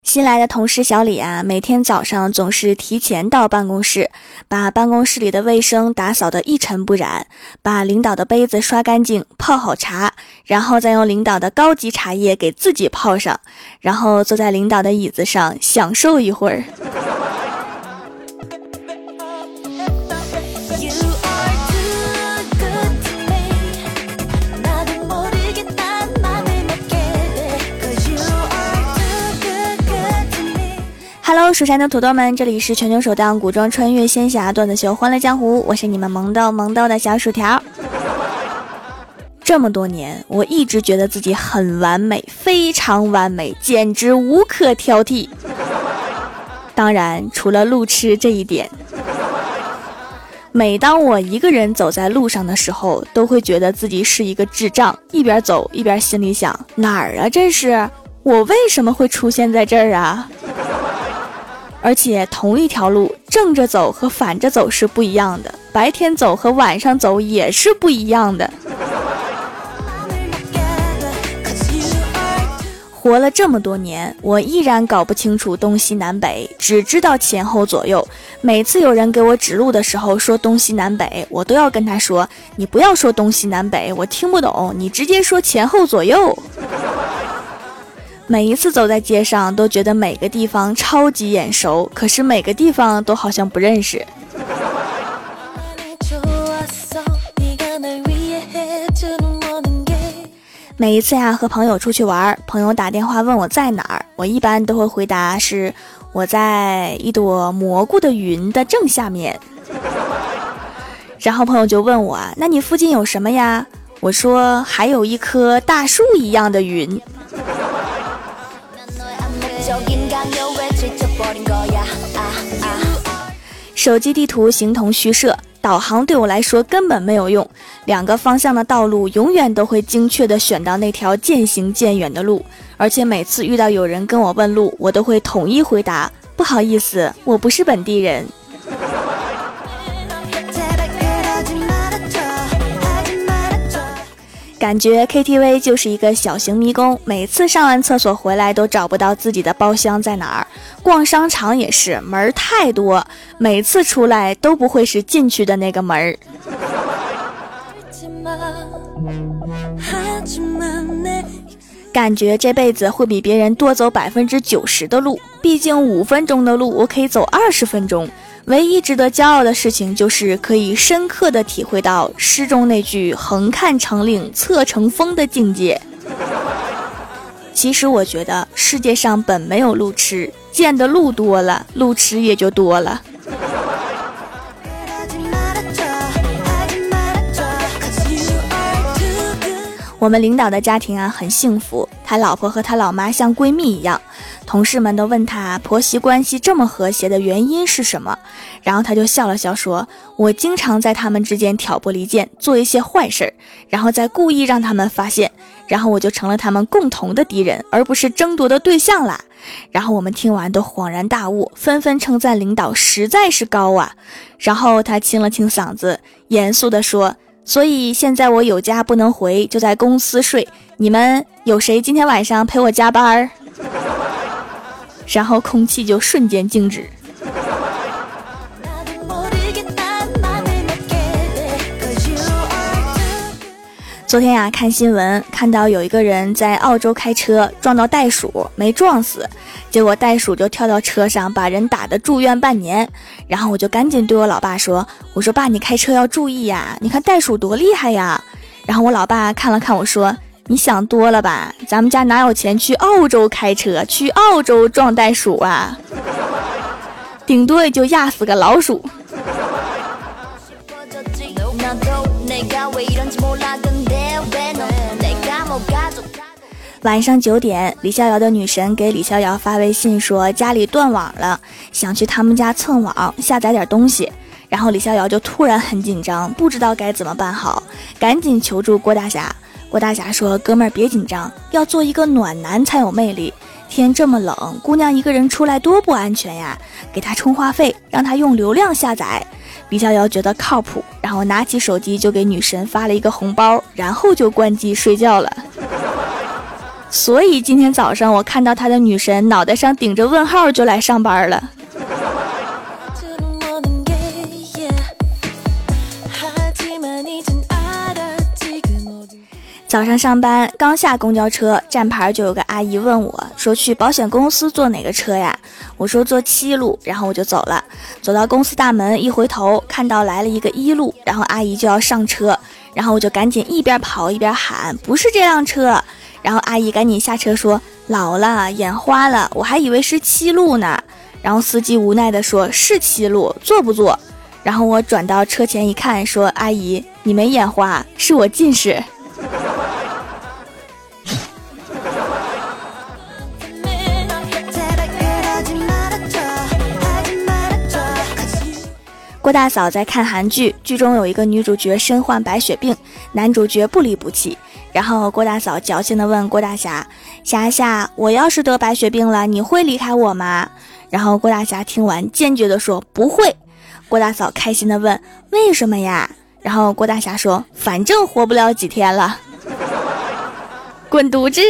新来的同事小李啊，每天早上总是提前到办公室，把办公室里的卫生打扫得一尘不染，把领导的杯子刷干净，泡好茶，然后再用领导的高级茶叶给自己泡上，然后坐在领导的椅子上享受一会儿。Hello， 蜀山的土豆们，这里是全球首档古装穿越仙侠段子秀《欢乐江湖》，我是你们萌豆的小薯条。这么多年，我一直觉得自己很完美，非常完美，简直无可挑剔。当然，除了路痴这一点。每当我一个人走在路上的时候，都会觉得自己是一个智障，一边走一边心里想：哪儿啊？这是我为什么会出现在这儿啊？而且同一条路，正着走和反着走是不一样的，白天走和晚上走也是不一样的。活了这么多年，我依然搞不清楚东西南北，只知道前后左右。每次有人给我指路的时候说东西南北，我都要跟他说：你不要说东西南北，我听不懂，你直接说前后左右。每一次走在街上都觉得每个地方超级眼熟，可是每个地方都好像不认识。每一次呀和朋友出去玩，朋友打电话问我在哪儿，我一般都会回答是我在一朵蘑菇的云的正下面。然后朋友就问我啊，那你附近有什么呀？我说还有一棵大树一样的云。手机地图形同虚设，导航对我来说根本没有用，两个方向的道路永远都会精确地选到那条渐行渐远的路，而且每次遇到有人跟我问路，我都会统一回答：不好意思，我不是本地人。感觉 KTV 就是一个小型迷宫，每次上完厕所回来都找不到自己的包厢在哪儿。逛商场也是，门太多，每次出来都不会是进去的那个门。感觉这辈子会比别人多走90%的路，毕竟5分钟的路我可以走20分钟。唯一值得骄傲的事情就是可以深刻地体会到诗中那句横看成岭侧成峰的境界。其实我觉得世界上本没有路痴，见的路多了，路痴也就多了。我们领导的家庭啊很幸福，他老婆和他老妈像闺蜜一样，同事们都问他婆媳关系这么和谐的原因是什么，然后他就笑了笑说：我经常在他们之间挑拨离间，做一些坏事，然后再故意让他们发现，然后我就成了他们共同的敌人，而不是争夺的对象啦。然后我们听完都恍然大悟，纷纷称赞领导实在是高啊。然后他清了清嗓子，严肃地说：所以现在我有家不能回，就在公司睡，你们有谁今天晚上陪我加班？然后空气就瞬间静止。昨天呀看新闻，看到有一个人在澳洲开车撞到袋鼠，没撞死，结果袋鼠就跳到车上把人打得住院半年。然后我就赶紧对我老爸说，我说爸，你开车要注意呀，你看袋鼠多厉害呀。然后我老爸看了看我说，你想多了吧，咱们家哪有钱去澳洲开车，去澳洲撞袋鼠啊，顶多也就压死个老鼠。晚上9点，李逍遥的女神给李逍遥发微信说家里断网了，想去他们家蹭网下载点东西。然后李逍遥就突然很紧张，不知道该怎么办好，赶紧求助郭大侠。郭大侠说，哥们儿别紧张，要做一个暖男才有魅力，天这么冷，姑娘一个人出来多不安全呀，给她充话费，让她用流量下载。李逍遥觉得靠谱，然后拿起手机就给女神发了一个红包，然后就关机睡觉了。 所以今天早上我看到他的女神脑袋上顶着问号就来上班了。早上上班刚下公交车，站牌就有个阿姨问我说去保险公司坐哪个车呀？我说坐7路，然后我就走了。走到公司大门一回头看到来了一个1路，然后阿姨就要上车，然后我就赶紧一边跑一边喊不是这辆车，然后阿姨赶紧下车说老了眼花了，我还以为是7路呢。然后司机无奈地说是7路，坐不坐？然后我转到车前一看说阿姨你没眼花，是我近视。郭大嫂在看韩剧，剧中有一个女主角身患白血病，男主角不离不弃。然后郭大嫂矫情地问郭大侠：霞霞，我要是得白血病了，你会离开我吗？然后郭大侠听完坚决地说不会。郭大嫂开心地问为什么呀？然后郭大侠说反正活不了几天了。滚犊子！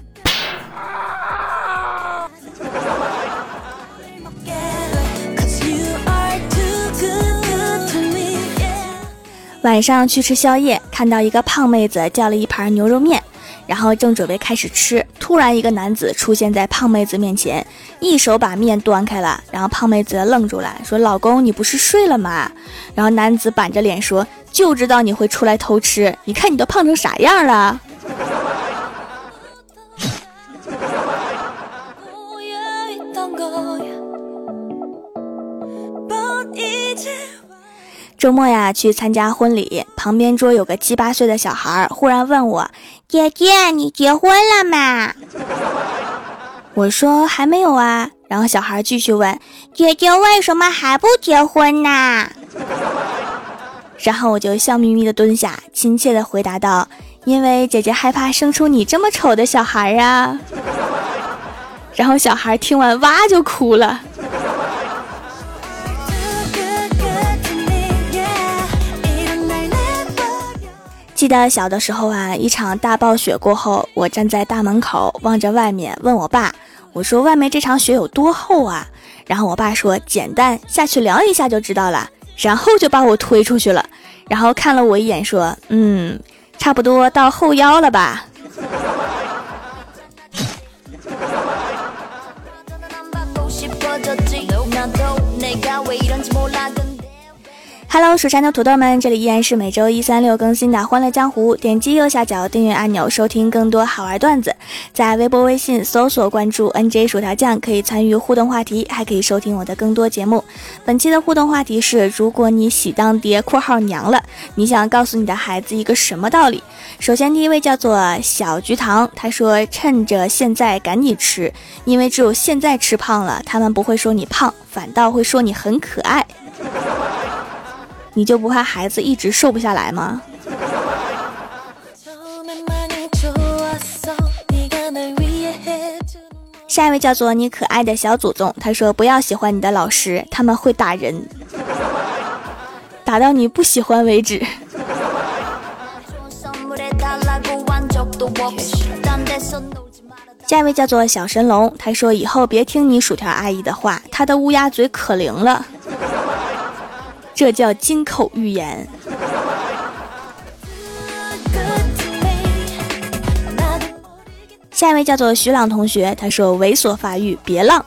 晚上去吃宵夜，看到一个胖妹子叫了一盘牛肉面，然后正准备开始吃，突然一个男子出现在胖妹子面前，一手把面端开了，然后胖妹子愣住了，说老公你不是睡了吗？然后男子板着脸说就知道你会出来偷吃，你看你都胖成啥样了。周末呀，去参加婚礼，旁边桌有个7、8岁的小孩，忽然问我：“姐姐，你结婚了吗？”我说：“还没有啊。”然后小孩继续问：“姐姐为什么还不结婚呢？”然后我就笑眯眯的蹲下，亲切的回答道：“因为姐姐害怕生出你这么丑的小孩啊。”然后小孩听完哇就哭了。记得小的时候啊，一场大暴雪过后，我站在大门口望着外面，问我爸，我说外面这场雪有多厚啊？然后我爸说简单，下去量一下就知道了，然后就把我推出去了，然后看了我一眼说差不多到后腰了吧。Hello， 蜀山的土豆们，这里依然是每周1、3、6更新的欢乐江湖。点击右下角订阅按钮，收听更多好玩段子。在微博、微信搜索关注 NJ 薯条酱，可以参与互动话题，还可以收听我的更多节目。本期的互动话题是：如果你喜当爹（括号娘了），你想告诉你的孩子一个什么道理？首先，第一位叫做小菊糖，他说：趁着现在赶紧吃，因为只有现在吃胖了，他们不会说你胖，反倒会说你很可爱。你就不怕孩子一直瘦不下来吗？下一位叫做你可爱的小祖宗，他说不要喜欢你的老师，他们会打人，打到你不喜欢为止。下一位叫做小神龙，他说以后别听你薯条阿姨的话，她的乌鸦嘴可灵了。这叫金口玉言。下一位叫做徐朗同学，他说猥琐发育别浪，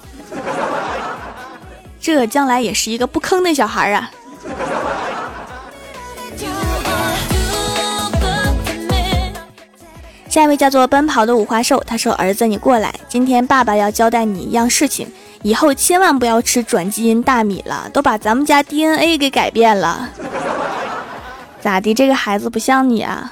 这将来也是一个不坑的小孩啊。下一位叫做奔跑的五花兽，他说儿子你过来，今天爸爸要交代你一样事情，以后千万不要吃转基因大米了，都把咱们家 DNA 给改变了。咋的，这个孩子不像你啊？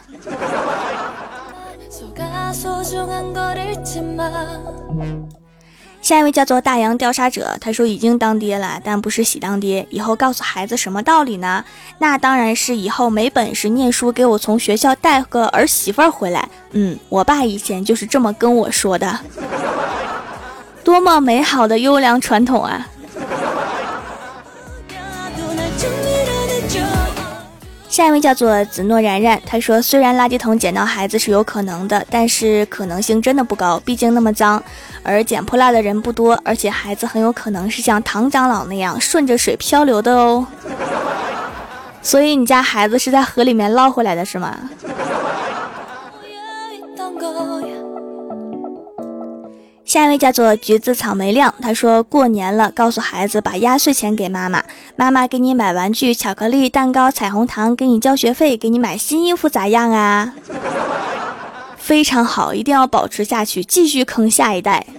下一位叫做大洋调查者，他说已经当爹了，但不是喜当爹，以后告诉孩子什么道理呢？那当然是以后没本事念书，给我从学校带个儿媳妇回来。我爸以前就是这么跟我说的。多么美好的优良传统啊！ 下一位叫做子诺然然，他说虽然垃圾桶捡到孩子是有可能的，但是可能性真的不高，毕竟那么脏，而捡破烂的人不多，而且孩子很有可能是像唐长老那样顺着水漂流的哦。所以你家孩子是在河里面捞回来的是吗？下一位叫做橘子草莓亮，他说过年了，告诉孩子把压岁钱给妈妈，妈妈给你买玩具、巧克力、蛋糕、彩虹糖，给你交学费，给你买新衣服，咋样啊？非常好，一定要保持下去，继续坑下一代。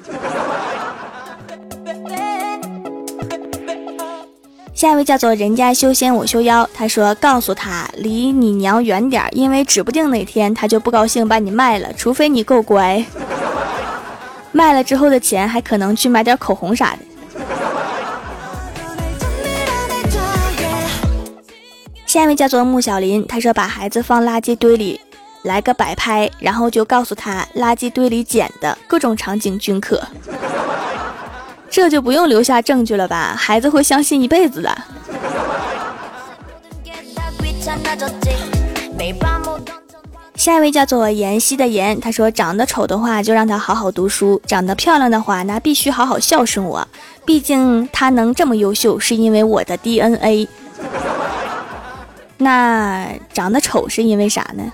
下一位叫做人家修仙我修妖，他说告诉他离你娘远点，因为指不定哪天他就不高兴把你卖了，除非你够乖。卖了之后的钱还可能去买点口红啥的。下一位叫做穆小林，他说把孩子放垃圾堆里来个摆拍，然后就告诉他垃圾堆里捡的，各种场景均可。这就不用留下证据了吧，孩子会相信一辈子的。下一位叫做妍希的妍，他说长得丑的话就让他好好读书，长得漂亮的话那必须好好孝顺我，毕竟他能这么优秀是因为我的 DNA。 那长得丑是因为啥呢？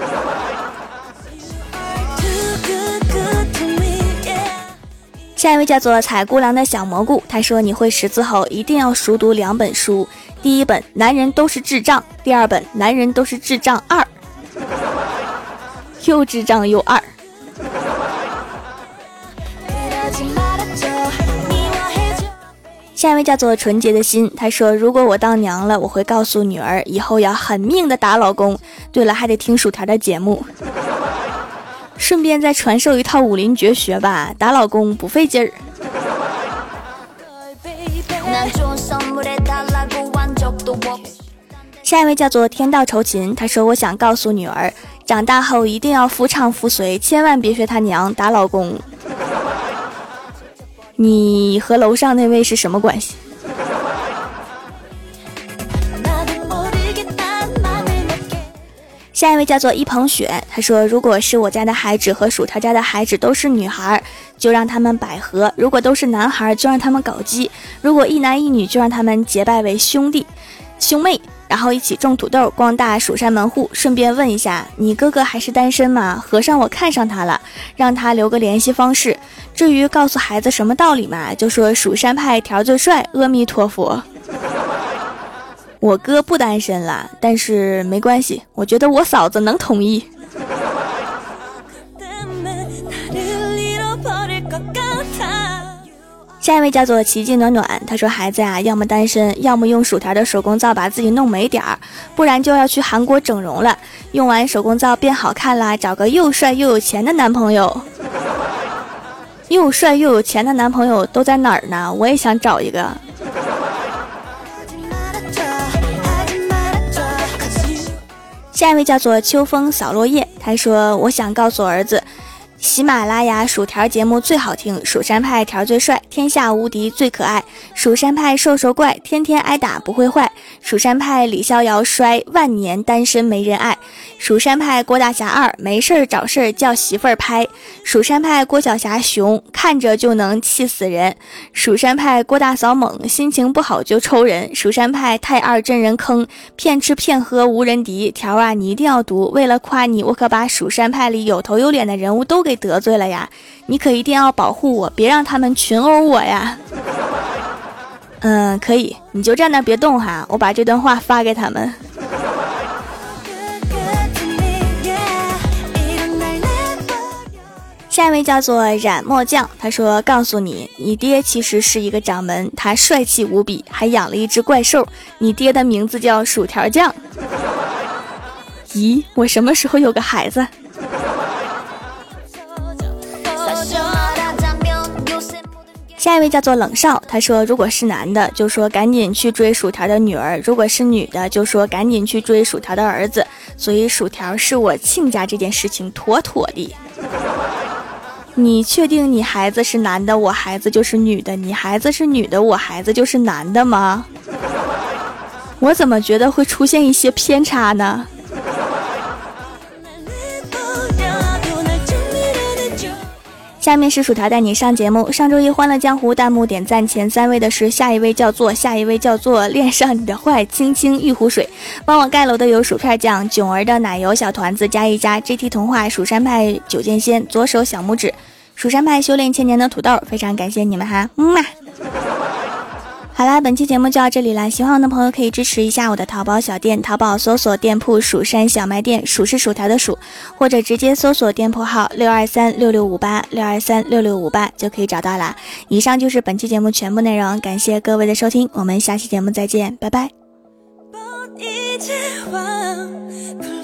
下一位叫做采姑娘的小蘑菇，他说你会识字后一定要熟读2本书，第一本男人都是智障，第二本男人都是智障2，又智障又2。下一位叫做纯洁的心，他说如果我当娘了，我会告诉女儿以后要狠命的打老公，对了还得听薯条的节目，顺便再传授一套武林绝学吧，打老公不费劲儿。下一位叫做天道酬勤，他说我想告诉女儿长大后一定要夫唱妇随，千万别学他娘打老公。你和楼上那位是什么关系？下一位叫做一捧雪，他说如果是我家的孩子和薯条家的孩子都是女孩，就让他们百合，如果都是男孩就让他们搞基，如果一男一女就让他们结拜为兄妹，然后一起种土豆，光大蜀山门户。顺便问一下，你哥哥还是单身吗？和尚我看上他了，让他留个联系方式。至于告诉孩子什么道理嘛，就说蜀山派条最帅，阿弥陀佛。我哥不单身了，但是没关系，我觉得我嫂子能同意。下一位叫做奇迹暖暖，他说孩子呀，要么单身，要么用薯条的手工皂把自己弄美点儿，不然就要去韩国整容了，用完手工皂变好看啦，找个又帅又有钱的男朋友。又帅又有钱的男朋友都在哪儿呢？我也想找一个。下一位叫做秋风扫落叶，他说我想告诉儿子，喜马拉雅薯条节目最好听，蜀山派条最帅，天下无敌最可爱，蜀山派瘦瘦怪，天天挨打不会坏，蜀山派李逍遥衰，万年单身没人爱，蜀山派郭大侠2，没事找事叫媳妇儿拍，蜀山派郭小侠熊，看着就能气死人，蜀山派郭大嫂猛，心情不好就抽人，蜀山派太二真人坑，骗吃骗喝无人敌，条啊你一定要读，为了夸你，我可把蜀山派里有头有脸的人物都给得罪了呀，你可一定要保护我，别让他们群殴我呀。可以，你就站那别动哈，我把这段话发给他们。下一位叫做染墨匠，他说告诉你，你爹其实是一个掌门，他帅气无比，还养了一只怪兽，你爹的名字叫薯条酱。咦，我什么时候有个孩子？下一位叫做冷少，他说如果是男的就说赶紧去追薯条的女儿，如果是女的就说赶紧去追薯条的儿子，所以薯条是我亲家这件事情妥妥的。你确定你孩子是男的，我孩子就是女的？你孩子是女的，我孩子就是男的吗？ 我怎么觉得会出现一些偏差呢？下面是薯条带你上节目。上周一欢乐江湖弹幕点赞前3位的是下一位叫做恋上你的坏青青玉湖水，帮我盖楼的有薯片酱、囧儿的奶油小团子加一加 GT 童话、蜀山派九剑仙、左手小拇指、蜀山派修炼千年的土豆，非常感谢你们哈，好啦，本期节目就到这里啦，喜欢我的朋友可以支持一下我的淘宝小店，淘宝搜索店铺蜀山小卖店，蜀是薯条的蜀，或者直接搜索店铺号6236658就可以找到啦。以上就是本期节目全部内容，感谢各位的收听，我们下期节目再见，拜拜。